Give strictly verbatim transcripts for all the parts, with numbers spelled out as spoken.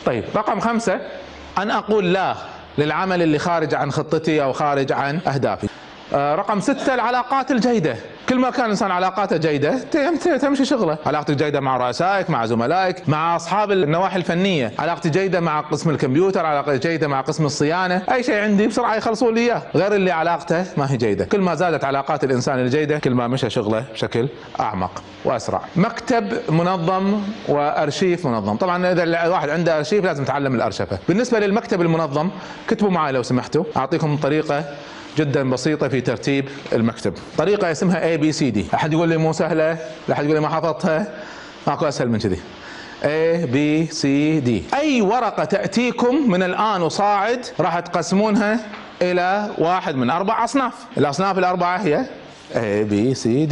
طيب رقم خمسة، أن أقول لا للعمل اللي خارج عن خطتي أو خارج عن أهدافي. آه رقم ستة، العلاقات الجيدة. كل ما كان الإنسان علاقاته جيدة تمشي شغله. علاقتك جيدة مع رؤسائك، مع زملائك، مع أصحاب النواحي الفنية. علاقتي جيدة مع قسم الكمبيوتر، علاقتي جيدة مع قسم الصيانة. أي شيء عندي بسرعة يخلصوا لي إياه، غير اللي علاقته ما هي جيدة. كل ما زادت علاقات الإنسان الجيدة كل ما مشى شغله بشكل أعمق وأسرع. مكتب منظم وأرشيف منظم. طبعا إذا الواحد عنده أرشيف لازم يتعلم الأرشفة. بالنسبة للمكتب المنظم كتبوا معي لو سمحتوا، أعطيكم طريقة جدا بسيطة في ترتيب المكتب. طريقة اسمها A B C D. أحد يقول لي مو سهلة، لا أحد يقول لي ما حفظتها. ماكو أسهل من كذي. A B C D. أي ورقة تأتيكم من الآن وصاعد راح تقسمونها إلى واحد من أربع أصناف. الأصناف الأربعة هي A B C D.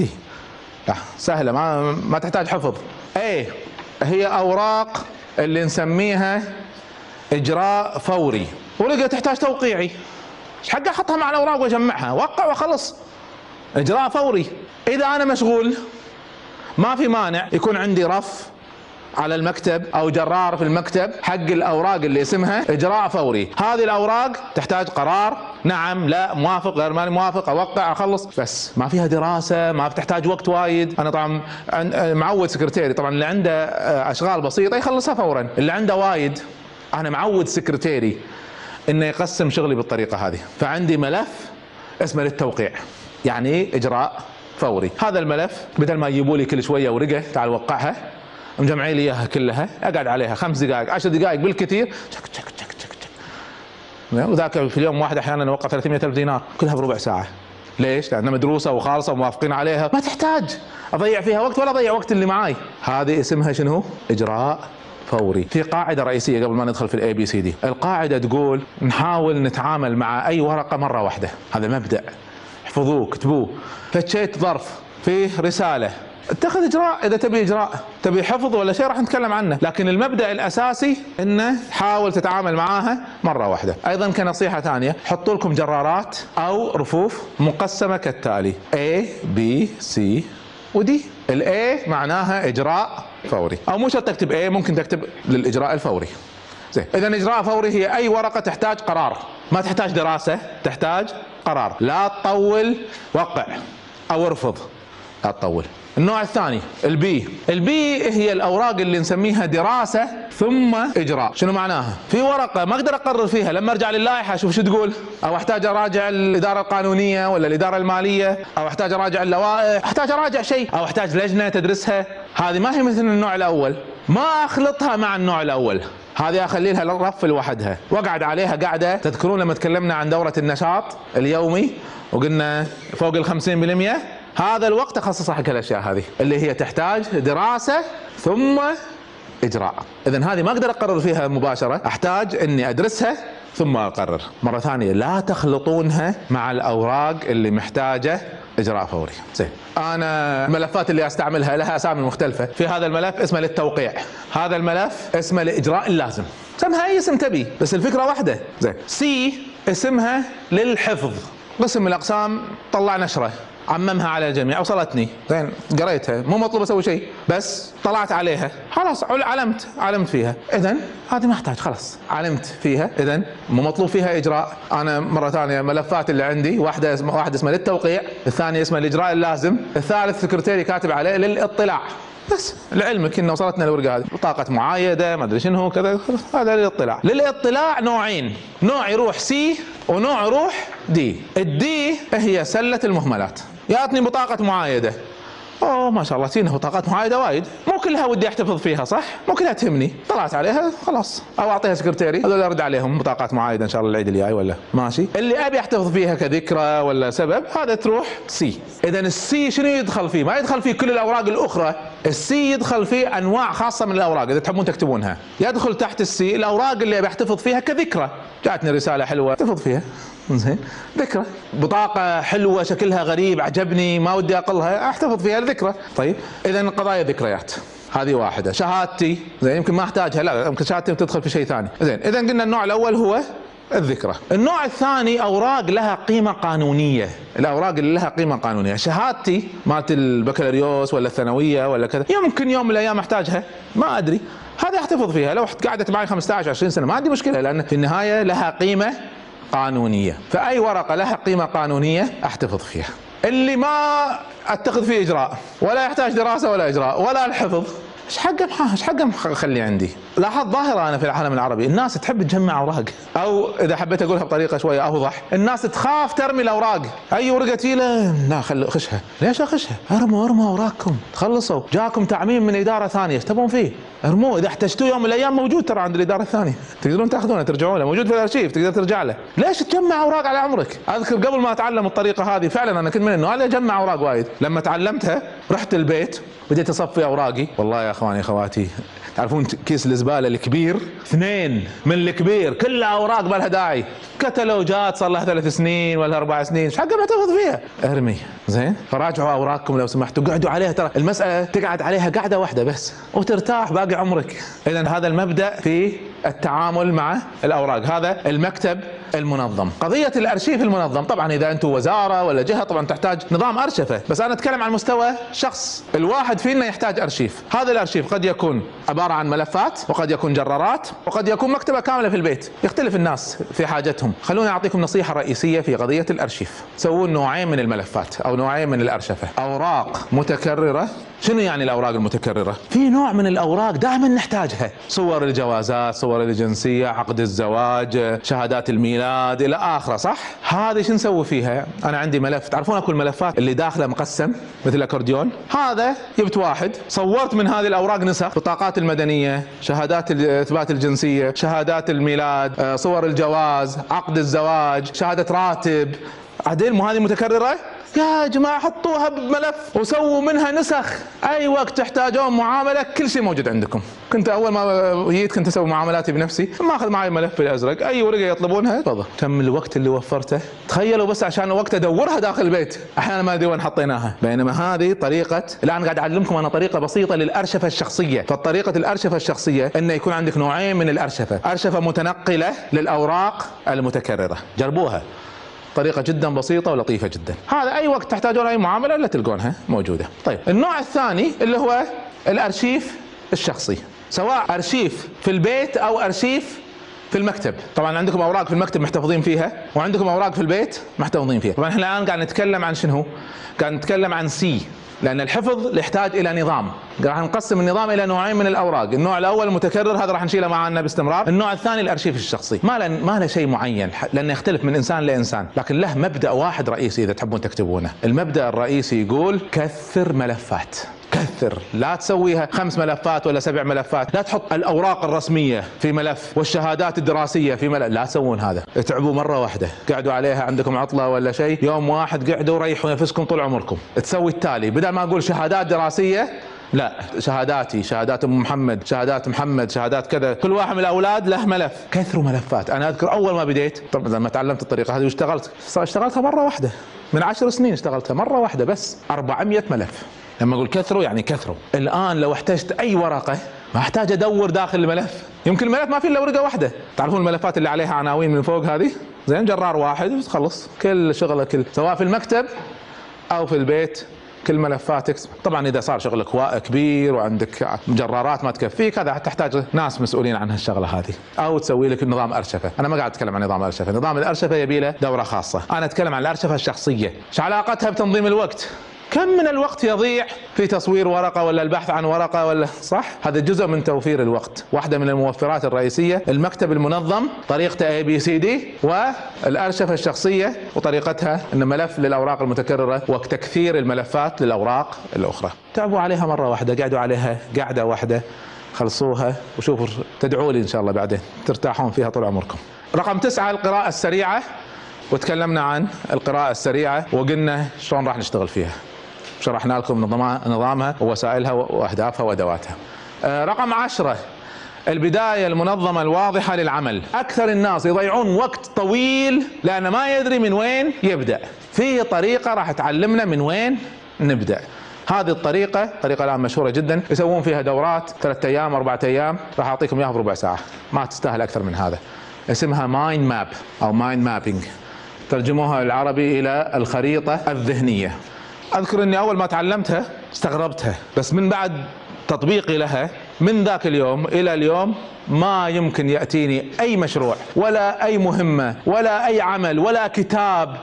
سهلة، ما ما تحتاج حفظ. A هي أوراق اللي نسميها إجراء فوري، ولقى تحتاج توقيعي. ايش حق احطها مع الاوراق واجمعها؟ وقع وخلص. اجراء فوري. اذا انا مشغول ما في مانع يكون عندي رف على المكتب او جرار في المكتب حق الاوراق اللي اسمها اجراء فوري. هذه الاوراق تحتاج قرار، نعم لا، موافق، غير ماني موافق، اوقع، اخلص. بس ما فيها دراسه، ما بتحتاج وقت وايد. انا طبعا معود سكرتيري، طبعا اللي عنده اشغال بسيطه يخلصها فورا، اللي عنده وايد انا معود سكرتيري انه يقسم شغلي بالطريقه هذه. فعندي ملف اسمه للتوقيع، يعني ايه اجراء فوري. هذا الملف بدل ما يجيبوا لي كل شويه ورقه تعال وقعها، مجمعين لي اياها كلها، اقعد عليها خمس دقائق عشر دقائق بالكثير، تشك تشك تشك تشك تشك. وذاك في اليوم واحد احيانا اوقع ثلاثمئة ألف دينار كلها بربع ساعه. ليش؟ لانها مدروسه وخالصه وموافقين عليها، ما تحتاج اضيع فيها وقت ولا اضيع وقت اللي معاي. هذه اسمها شنو؟ اجراء فوري. في قاعدة رئيسية قبل ما ندخل في الاي بي سي دي. القاعدة تقول نحاول نتعامل مع اي ورقة مرة واحدة. هذا مبدأ، احفظوه كتبوه. فتشيت ظرف فيه رسالة، اتخذ اجراء. اذا تبي اجراء تبي حفظ ولا شيء راح نتكلم عنه، لكن المبدأ الاساسي انه حاول تتعامل معاها مرة واحدة. ايضا كنصيحة ثانية، حطوا لكم جرارات او رفوف مقسمة كالتالي: A B C ودي. الاي معناها اجراء فوري، او مو شرط تكتب اي، ممكن تكتب للاجراء الفوري. زين، اذا اجراء فوري هي اي ورقه تحتاج قرار، ما تحتاج دراسه، تحتاج قرار. لا تطول، وقع او ارفض، لا تطول. النوع الثاني البي. البي هي الاوراق اللي نسميها دراسه ثم اجراء. شنو معناها؟ في ورقه ما اقدر اقرر فيها، لما ارجع للائحه اشوف شو تقول، او احتاج اراجع الاداره القانونيه ولا الاداره الماليه، او احتاج اراجع اللوائح، احتاج اراجع شيء، او احتاج لجنه تدرسها. هذه ما هي مثل النوع الاول، ما اخلطها مع النوع الاول. هذه اخلي لها الرف لوحدها واقعد عليها قاعده. تذكرون لما تكلمنا عن دوره النشاط اليومي وقلنا فوق ال خمسين بالمئة؟ هذا الوقت اخصصه حق الاشياء هذه اللي هي تحتاج دراسه ثم اجراء. اذا هذه ما اقدر اقرر فيها مباشره، احتاج اني ادرسها ثم اقرر. مره ثانيه لا تخلطونها مع الاوراق اللي محتاجه اجراء فوري. زين، انا الملفات اللي استعملها لها اسامي مختلفه. في هذا الملف اسمه للتوقيع، هذا الملف اسمه لاجراء اللازم. سمها اي اسم تبي بس الفكره واحده. زين، سي اسمها للحفظ. قسم من الاقسام طلع نشره عممها على الجميع، وصلتني، زين قريتها، مو مطلوب اسوي شيء، بس طلعت عليها خلاص، علمت علمت فيها. اذا هذه ما احتاج، خلاص علمت فيها، اذا مو مطلوب فيها اجراء. انا مره ثانيه ملفات اللي عندي واحده اسمها واحد اسمه للتوقيع، الثاني اسمه الاجراء اللازم، الثالث سكرتيري كاتب عليه للاطلاع. بس لعلمك انه وصلتنا الورقه هذه، بطاقه معايده ما ادري شنو كذا، هذا للاطلاع. للاطلاع نوعين، نوع يروح سي ونوع يروح دي. الدي هي سله المهملات. يعطني بطاقه معايده، اوه ما شاء الله سينا بطاقات معايده وايد، مو كلها ودي احتفظ فيها صح؟ مو كلها تهمني، طلعت عليها خلاص، او اعطيها سكرتيري، هذول ارد عليهم بطاقات معايده ان شاء الله العيد الجاي ولا ماشي. اللي ابي احتفظ فيها كذكرى ولا سبب، هذا تروح سي. اذا السي شنو يدخل فيه؟ ما يدخل فيه كل الاوراق الاخرى، السي يدخل فيه انواع خاصه من الاوراق، اذا تحبون تكتبونها يدخل تحت السي الاوراق اللي ابي احتفظ فيها كذكرى. جاتني رساله حلوه احتفظ فيها، زين، ذكرى، بطاقة حلوة شكلها غريب عجبني ما ودي اقلها، احتفظ فيها الذكرى. طيب اذا قضايا ذكريات هذه واحدة. شهادتي زين يمكن ما احتاجها، لا يمكن شهادتي تدخل في شيء ثاني. زين اذا قلنا النوع الاول هو الذكرى. النوع الثاني اوراق لها قيمه قانونيه، الاوراق اللي لها قيمه قانونيه، شهادتي مالت البكالوريوس ولا الثانويه ولا كذا، يمكن يوم من الايام احتاجها ما ادري، هذه احتفظ فيها، لو قعدت معي خمسة عشر عشرين سنه ما عندي مشكله، لان في النهايه لها قيمه قانونيه، فاي ورقه لها قيمه قانونيه احتفظ فيها. اللي ما اتخذ فيه اجراء ولا يحتاج دراسه ولا اجراء ولا الحفظ، ايش حقه محاه ايش حقه اخليه عندي. لاحظت ظاهره انا في العالم العربي، الناس تحب تجمع اوراق، او اذا حبيت اقولها بطريقه شويه اوضح، الناس تخاف ترمي الاوراق، اي ورقه تجيله لا خل خشها، ليش اخشها؟ ارموا ارموا اوراقكم، تخلصوا، جاكم تعميم من اداره ثانيه، ايش تبون فيه؟ ارموه، اذا احتجتوه يوم من الايام موجود ترى عند الاداره الثانيه، تقدرون تاخذونه ترجعون له، موجود في الارشيف تقدر ترجع له، ليش تجمع اوراق على عمرك؟ اذكر قبل ما اتعلم الطريقه هذه فعلا انا كنت من النوع اللي اجمع اوراق وايد، لما تعلمتها رحت البيت بديت اصفي اوراقي، والله يا اخواني اخواتي تعرفون كيس الزباله الكبير، اثنين من الكبير كلها اوراق ما لها داعي، كتالوجات صار لها ثلاث سنين ولا اربع سنين، ايش حقه محتفظ فيها؟ ارمي، زين؟ فراجعوا اوراقكم لو سمحتوا، قعدوا عليها، ترى المساله تقعد عليها قعده واحده بس وترتاح باقي عمرك. اذا هذا المبدا في التعامل مع الاوراق، هذا المكتب المنظم. قضيه الارشيف المنظم، طبعا اذا انتم وزاره ولا جهه طبعا تحتاج نظام ارشفه، بس انا اتكلم عن مستوى شخص، الواحد فينا يحتاج ارشيف، هذا الارشيف قد يكون عباره عن ملفات، وقد يكون جرارات، وقد يكون مكتبه كامله في البيت، يختلف الناس في حاجتهم. خلوني اعطيكم نصيحه رئيسيه في قضيه الارشيف، سوون نوعين من الملفات او نوعين من الارشفه، اوراق متكرره. شنو يعني الاوراق المتكرره؟ في نوع من الاوراق دائما نحتاجها، صور الجوازات، صور الجنسيه، عقد الزواج، شهادات الميلاد الى اخره، صح؟ هذه شو نسوي فيها؟ انا عندي ملف، تعرفون اكو الملفات اللي داخله مقسم مثل الاكورديون، هذا جبت واحد صورت من هذه الاوراق نسخ، بطاقات المدنيه، شهادات اثبات الجنسيه، شهادات الميلاد، صور الجواز، عقد الزواج، شهاده راتب، عدل. مو هذه متكرره؟ يا جماعه حطوها بملف وسووا منها نسخ، اي وقت تحتاجون معامله كل شيء موجود عندكم. كنت اول ما جيت كنت اسوي معاملاتي بنفسي، ما اخذ معي الملف الازرق، اي ورقه يطلبونها تفضل. كم الوقت اللي وفرته، تخيلوا بس عشان وقت ادورها داخل البيت، احيانا ما ادري وين حطيناها. بينما هذه طريقه، الان قاعد اعلمكم انا طريقه بسيطه للارشفه الشخصيه. فطريقه الارشفه الشخصيه انه يكون عندك نوعين من الارشفه، ارشفه متنقله للاوراق المتكرره، جربوها، طريقة جدا بسيطة ولطيفة جدا، هذا أي وقت تحتاجون أي معاملة لا تلقونها موجودة. طيب النوع الثاني اللي هو الأرشيف الشخصي، سواء أرشيف في البيت أو أرشيف في المكتب. طبعا عندكم أوراق في المكتب محتفظين فيها، وعندكم أوراق في البيت محتفظين فيها. طبعا احنا الآن قاعد نتكلم عن شنو؟ قاعد نتكلم عن سي، لأن الحفظ يحتاج إلى نظام. راح نقسم النظام إلى نوعين من الأوراق، النوع الأول المتكرر، هذا راح نشيله معنا باستمرار، النوع الثاني الأرشيف الشخصي، ما له ما له شيء معين، لأنه يختلف من إنسان لإنسان، لكن له مبدأ واحد رئيسي إذا تحبون تكتبونه. المبدأ الرئيسي يقول كثر ملفات، كثر، لا تسويها خمس ملفات ولا سبع ملفات، لا تحط الأوراق الرسمية في ملف والشهادات الدراسية في ملف، لا تسوون هذا، اتعبوا مرة واحدة، قعدوا عليها عندكم عطلة ولا شيء، يوم واحد قعدوا ريحوا نفسكم طول عمركم. تسوي التالي، بدل ما أقول شهادات دراسية، لا، شهاداتي، شهادات ام محمد، شهادات محمد، شهادات كذا، كل واحد من الاولاد له ملف. كثروا ملفات. انا اذكر اول ما بديت، طبعا لما تعلمت الطريقه هذه واشتغلت، اشتغلتها مره واحده، من عشر سنين اشتغلتها مره واحده بس، أربعمئة ملف. لما اقول كثروا يعني كثروا. الان لو احتجت اي ورقه ما احتاج ادور داخل الملف، يمكن الملف ما فيه الا ورقه واحده. تعرفون الملفات اللي عليها عناوين من فوق هذه، زين، جرار واحد وتخلص كل شغلك، كل سواء في المكتب او في البيت، كل ملفاتك. طبعا اذا صار شغلك كبير وعندك جرارات ما تكفيك، هذا تحتاج ناس مسؤولين عن هالشغله هذه، او تسوي لك نظام ارشفه. انا ما قاعد اتكلم عن نظام ارشفه، نظام الارشفه يبي له دوره خاصه، انا اتكلم عن الارشفه الشخصيه. ايش علاقتها بتنظيم الوقت؟ كم من الوقت يضيع في تصوير ورقة ولا البحث عن ورقة ولا، صح؟ هذا جزء من توفير الوقت. واحدة من الموفرات الرئيسية المكتب المنظم، طريقته اي بي سي دي، والأرشفة الشخصية وطريقتها ان ملف للأوراق المتكررة وتكثير الملفات للأوراق الأخرى. تعبوا عليها مرة واحدة، قعدوا عليها قعدة واحدة، خلصوها وشوفوا، تدعوا لي إن شاء الله بعدين ترتاحون فيها طول عمركم. رقم تسعة القراءة السريعة، وتكلمنا عن القراءة السريعة وقلنا شلون راح نشتغل فيها، شرحنا لكم نظامها ووسائلها وأهدافها وأدواتها. رقم عشرة البداية المنظمة الواضحة للعمل. أكثر الناس يضيعون وقت طويل لأنه ما يدري من وين يبدأ. في طريقة راح تعلمنا من وين نبدأ. هذه الطريقة طريقة الآن مشهورة جدا، يسوون فيها دورات ثلاثة أيام أربعة أيام، راح أعطيكم إياها بربع ساعة، ما تستاهل أكثر من هذا. اسمها مايند ماب او مايند مابينج، ترجموها العربي الى الخريطة الذهنية. اذكر اني اول ما تعلمتها استغربتها، بس من بعد تطبيقي لها من ذاك اليوم الى اليوم ما يمكن يأتيني اي مشروع ولا اي مهمة ولا اي عمل ولا كتاب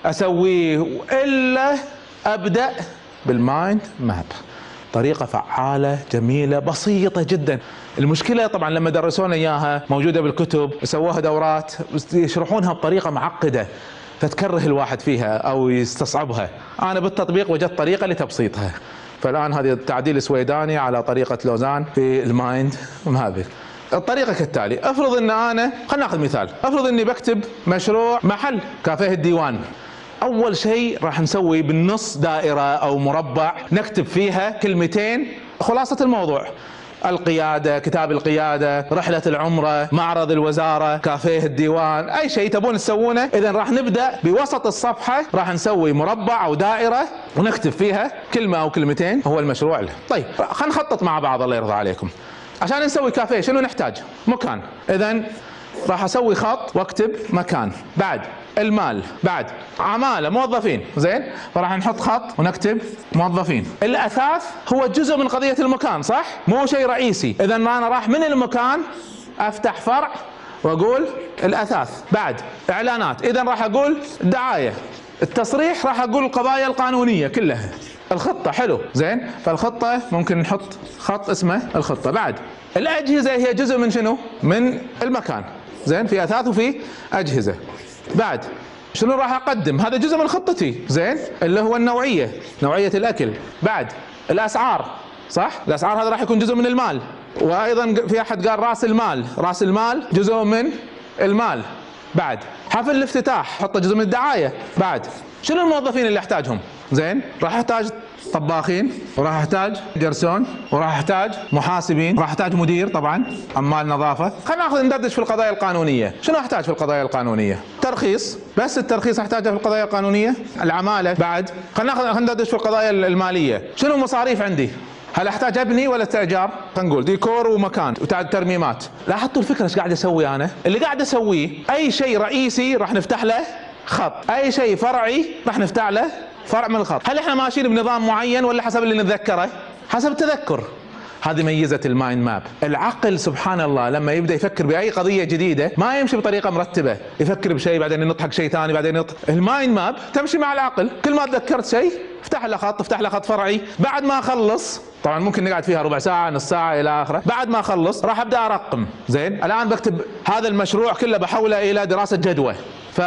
اسويه الا ابدأ بالمايند ماب. طريقة فعالة جميلة بسيطة جدا. المشكلة طبعا لما درسونا اياها موجودة بالكتب، سووها دورات، يشرحونها بطريقة معقدة فتكره الواحد فيها او يستصعبها. انا بالتطبيق وجدت طريقة لتبسيطها. فالان هذه التعديل السويداني على طريقة لوزان في المايند مابينج. الطريقة كالتالي، افرض ان انا، خلينا ناخذ مثال، افرض اني بكتب مشروع محل كافيه الديوان. اول شيء راح نسوي بالنص دائرة او مربع نكتب فيها كلمتين خلاصة الموضوع: القيادة، كتاب القيادة، رحلة العمرة، معرض الوزارة، كافيه الديوان، اي شيء تبون تسوونه. اذا راح نبدأ بوسط الصفحة، راح نسوي مربع او دائرة ونكتب فيها كلمة او كلمتين هو المشروع له. طيب خلينا نخطط مع بعض الله يرضى عليكم. عشان نسوي كافيه شنو نحتاج؟ مكان. اذا راح اسوي خط واكتب مكان، بعد المال، بعد عمالة موظفين، زين، فراح نحط خط ونكتب موظفين. الاثاث هو جزء من قضية المكان، صح؟ مو شيء رئيسي. اذا انا راح من المكان افتح فرع واقول الاثاث. بعد اعلانات، اذا راح اقول دعاية. التصريح راح اقول القضايا القانونية كلها. الخطة، حلو، زين، فالخطة ممكن نحط خط اسمه الخطة. بعد الاجهزة هي جزء من شنو؟ من المكان، زين، في اثاث وفي اجهزة. بعد شنو راح اقدم؟ هذا جزء من خطتي، زين، اللي هو النوعية، نوعية الاكل. بعد الاسعار، صح، الاسعار هذا راح يكون جزء من المال. وايضا في احد قال راس المال، راس المال جزء من المال. بعد حفل الافتتاح حطه جزء من الدعاية. بعد شنو الموظفين اللي احتاجهم؟ زين، راح احتاج طباخين، وراح احتاج جرسون، وراح احتاج محاسبين، وراح احتاج مدير طبعا، عمال نظافة. خلينا ناخذ ندردش في القضايا القانونية. شنو احتاج في القضايا القانونية؟ ترخيص، بس الترخيص احتاجه في القضايا القانونية. العمالة. بعد خلينا ناخذ خلينا ندردش في القضايا المالية. شنو مصاريف عندي؟ هل احتاج ابني ولا استئجار؟ خلينا نقول ديكور ومكان وترميمات. لاحظتوا الفكرة ايش قاعد اسوي انا؟ اللي قاعد اسويه اي شيء رئيسي راح نفتح له خط، اي شيء فرعي راح نفتح له فرع من الخط. هل احنا ماشيين بنظام معين ولا حسب اللي نتذكره؟ حسب التذكر. هذه ميزة المايند ماب. العقل سبحان الله لما يبدأ يفكر بأي قضية جديدة ما يمشي بطريقة مرتبة، يفكر بشيء بعدين ينطحق شيء ثاني بعدين ينطحق. المايند ماب تمشي مع العقل، كل ما تذكرت شيء افتح له خط، افتح له خط فرعي. بعد ما اخلص، طبعا ممكن نقعد فيها ربع ساعة، نص ساعة إلى آخره، بعد ما أخلص راح أبدأ أرقم. زين، الآن بكتب هذا المشروع كله بحوله إلى دراسة جدوى.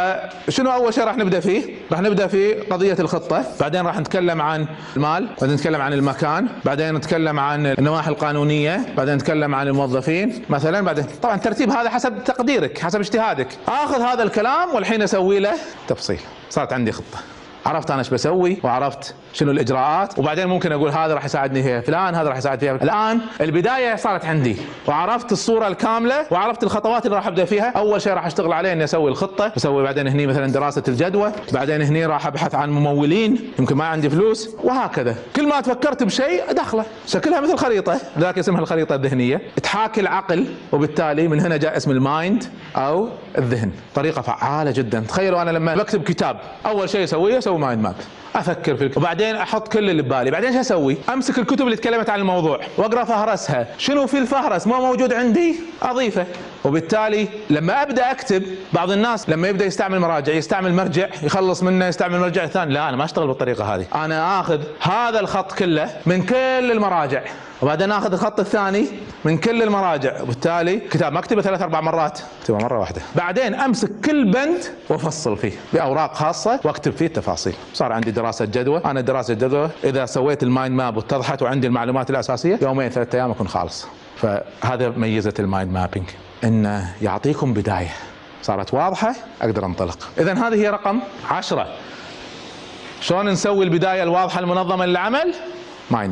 فشنو أول شيء راح نبدأ فيه؟ راح نبدأ في قضية الخطة، بعدين راح نتكلم عن المال، بعدين نتكلم عن المكان، بعدين نتكلم عن النواحي القانونية، بعدين نتكلم عن الموظفين مثلا. بعدين طبعا الترتيب هذا حسب تقديرك، حسب اجتهادك. آخذ هذا الكلام والحين أسوي له تفصيل. صارت عندي خطة، عرفت انا ايش بسوي وعرفت شنو الاجراءات، وبعدين ممكن اقول هذا راح يساعدني فيها فلان، هذا راح يساعد فيها. الان البدايه صارت عندي وعرفت الصوره الكامله وعرفت الخطوات اللي راح ابدا فيها. اول شيء راح اشتغل عليه اني اسوي الخطه، اسوي بعدين هني مثلا دراسه الجدوى، بعدين هني راح ابحث عن ممولين، يمكن ما عندي فلوس، وهكذا. كل ما تفكرت بشيء ادخله، شكلها مثل خريطه، ذاك اسمها الخريطه الذهنيه، تحاكي العقل، وبالتالي من هنا جاء اسم المايند او الذهن. طريقه فعاله جدا. تخيلوا انا لما بكتب كتاب اول شيء اسويه اسوي مايند ماب، افكر في الكتاب وبعدين احط كل اللي ببالي. بعدين شو اسوي؟ امسك الكتب اللي تكلمت عن الموضوع واقرا فهرسها، شنو في الفهرس ما موجود عندي اضيفه. وبالتالي لما ابدا اكتب، بعض الناس لما يبدا يستعمل مراجع يستعمل مرجع يخلص منه يستعمل مرجع ثاني. لا، انا ما اشتغل بالطريقه هذه. انا اخذ هذا الخط كله من كل المراجع، وبعدين اخذ الخط الثاني من كل المراجع، وبالتالي كتاب ما اكتبه ثلاث اربع مرات، اكتبه مره واحده. بعدين امسك كل بند وافصل فيه باوراق خاصه واكتب فيه التفاصيل. صار عندي دراسه جدوى. انا دراسه جدوى اذا سويت المايند ماب واتضحت وعندي المعلومات الاساسيه، يومين ثلاثة ايام اكون خالص. فهذا ميزه المايند مابينج، انه يعطيكم بدايه صارت واضحه اقدر انطلق. اذا هذه هي رقم عشرة. شلون نسوي البدايه الواضحه المنظمه للعمل؟ مايند ماب.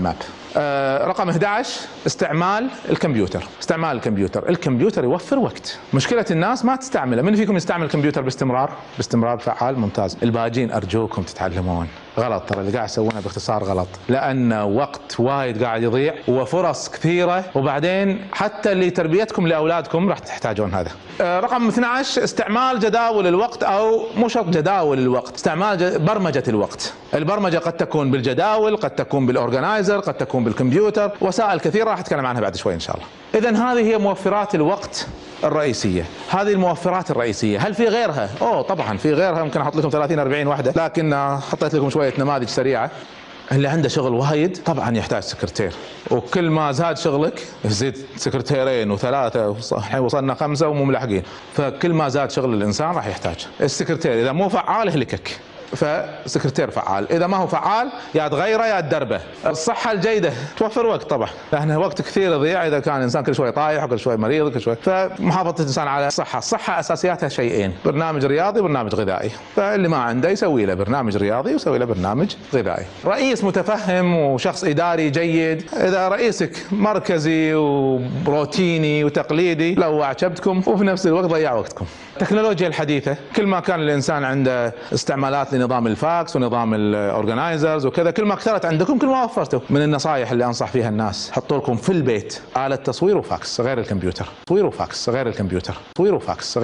آه رقم أحد عشر استعمال الكمبيوتر. استعمال الكمبيوتر، الكمبيوتر يوفر وقت. مشكلة الناس ما تستعمله. من فيكم يستعمل الكمبيوتر باستمرار؟ باستمرار فعال، ممتاز. الباجين أرجوكم تتعلمون. غلط، ترى اللي قاعد يسوونه باختصار غلط، لأن وقت وايد قاعد يضيع وفرص كثيرة، وبعدين حتى اللي تربيتكم لأولادكم راح تحتاجون هذا. آه رقم اثني عشر استعمال جداول الوقت، أو مو شرط جداول الوقت، استعمال برمجة الوقت. البرمجة قد تكون بالجداول، قد تكون بالأورجنايزر، قد تكون بالكمبيوتر، وسائل كثيرة راح أتكلم عنها بعد شوي إن شاء الله. إذن هذه هي موفرات الوقت الرئيسية. هذه الموفرات الرئيسية. هل في غيرها؟ أوه طبعا في غيرها، ممكن أحط لكم ثلاثين أربعين وحدة، لكن حطيت لكم شوية نماذج سريعة. اللي عنده شغل وايد طبعا يحتاج سكرتير، وكل ما زاد شغلك يزيد سكرتيرين وثلاثة، الحين وصلنا خمسة ومو ملاحقين، فكل ما زاد شغل الإنسان راح يحتاج السكرتير. إذا مو فعال يهلكك، فسكرتير فعال. اذا ما هو فعال يا تغيره يا تدربه. الصحه الجيده توفر وقت طبعا، لان وقت كثير يضيع اذا كان الانسان كل شوي طايح وكل شوي مريض كل شوي. فمحافظه الانسان على الصحه، الصحه اساسياتها شيئين: برنامج رياضي وبرنامج غذائي. فاللي ما عنده يسوي له برنامج رياضي ويسوي له برنامج غذائي. رئيس متفهم وشخص اداري جيد. اذا رئيسك مركزي وروتيني وتقليدي لو اعجبتكم، وفي نفس الوقت ضيع وقتكم. التكنولوجيا الحديثه، كل ما كان الانسان عنده استعمالات لنظام الفاكس ونظام الاورجنايزرز وكذا، كل ما كثرت عندكم كل ما وفرتوا. من النصائح اللي انصح فيها الناس: حطوا لكم في البيت آلة تصوير وفاكس غير الكمبيوتر، تصوير وفاكس غير الكمبيوتر، تصوير وفاكس